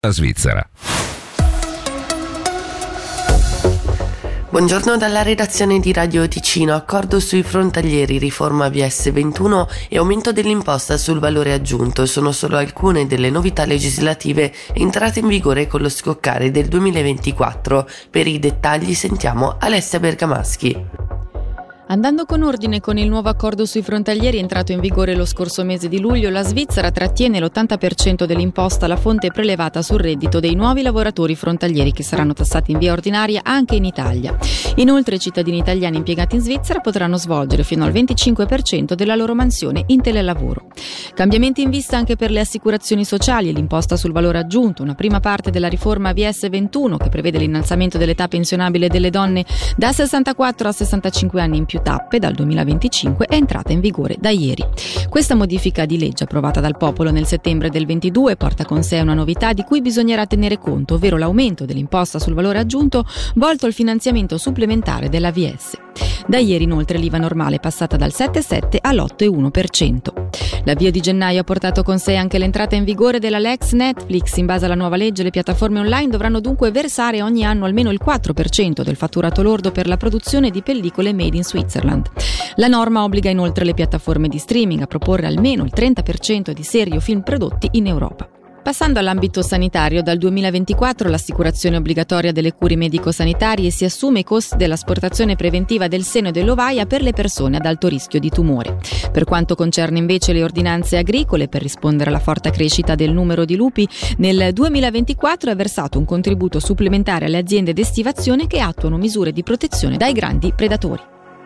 La Svizzera. Buongiorno dalla redazione di Radio Ticino. Accordo sui frontalieri, riforma VS 21 e aumento dell'imposta sul valore aggiunto sono solo alcune delle novità legislative entrate in vigore con lo scoccare del 2024. Per i dettagli sentiamo Alessia Bergamaschi. Andando con ordine con il nuovo accordo sui frontalieri entrato in vigore lo scorso mese di luglio, la Svizzera trattiene l'80% dell'imposta alla fonte prelevata sul reddito dei nuovi lavoratori frontalieri che saranno tassati in via ordinaria anche in Italia. Inoltre i cittadini italiani impiegati in Svizzera potranno svolgere fino al 25% della loro mansione in telelavoro. Cambiamenti in vista anche per le assicurazioni sociali e l'imposta sul valore aggiunto, una prima parte della riforma VS 21 che prevede l'innalzamento dell'età pensionabile delle donne da 64 a 65 anni in più tappe dal 2025 è entrata in vigore da ieri. Questa modifica di legge approvata dal popolo nel settembre del 22 porta con sé una novità di cui bisognerà tenere conto, ovvero l'aumento dell'imposta sul valore aggiunto volto al finanziamento supplementare della VS. Da ieri inoltre l'IVA normale è passata dal 7,7 all'8,1%. L'avvio di gennaio ha portato con sé anche l'entrata in vigore della Lex Netflix. In base alla nuova legge, le piattaforme online dovranno dunque versare ogni anno almeno il 4% del fatturato lordo per la produzione di pellicole made in Switzerland. La norma obbliga inoltre le piattaforme di streaming a proporre almeno il 30% di serie o film prodotti in Europa. Passando all'ambito sanitario, dal 2024 l'assicurazione obbligatoria delle cure medico-sanitarie si assume i costi dell'asportazione preventiva del seno e dell'ovaia per le persone ad alto rischio di tumore. Per quanto concerne invece le ordinanze agricole, per rispondere alla forte crescita del numero di lupi, nel 2024 è versato un contributo supplementare alle aziende d'estivazione che attuano misure di protezione dai grandi predatori.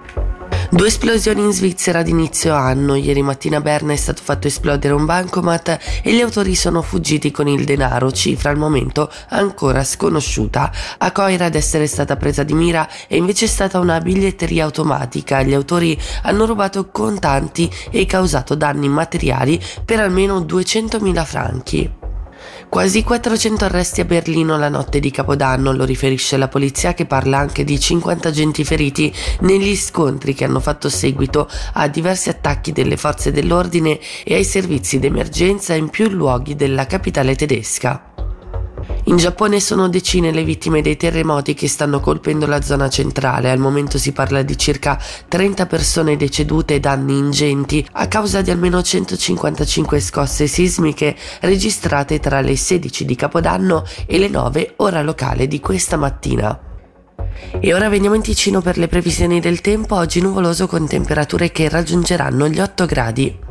2 esplosioni in Svizzera ad inizio anno. Ieri mattina a Berna è stato fatto esplodere un bancomat e gli autori sono fuggiti con il denaro, cifra al momento ancora sconosciuta. A Coira ad essere stata presa di mira è invece stata una biglietteria automatica. Gli autori hanno rubato contanti e causato danni materiali per almeno 200.000 franchi. Quasi 400 arresti a Berlino la notte di Capodanno, lo riferisce la polizia, che parla anche di 50 agenti feriti negli scontri che hanno fatto seguito a diversi attacchi delle forze dell'ordine e ai servizi d'emergenza in più luoghi della capitale tedesca. In Giappone sono decine le vittime dei terremoti che stanno colpendo la zona centrale. Al momento si parla di circa 30 persone decedute e danni ingenti a causa di almeno 155 scosse sismiche registrate tra le 16 di Capodanno e le 9 ora locale di questa mattina. E ora veniamo in Ticino per le previsioni del tempo. Oggi nuvoloso con temperature che raggiungeranno gli 8 gradi.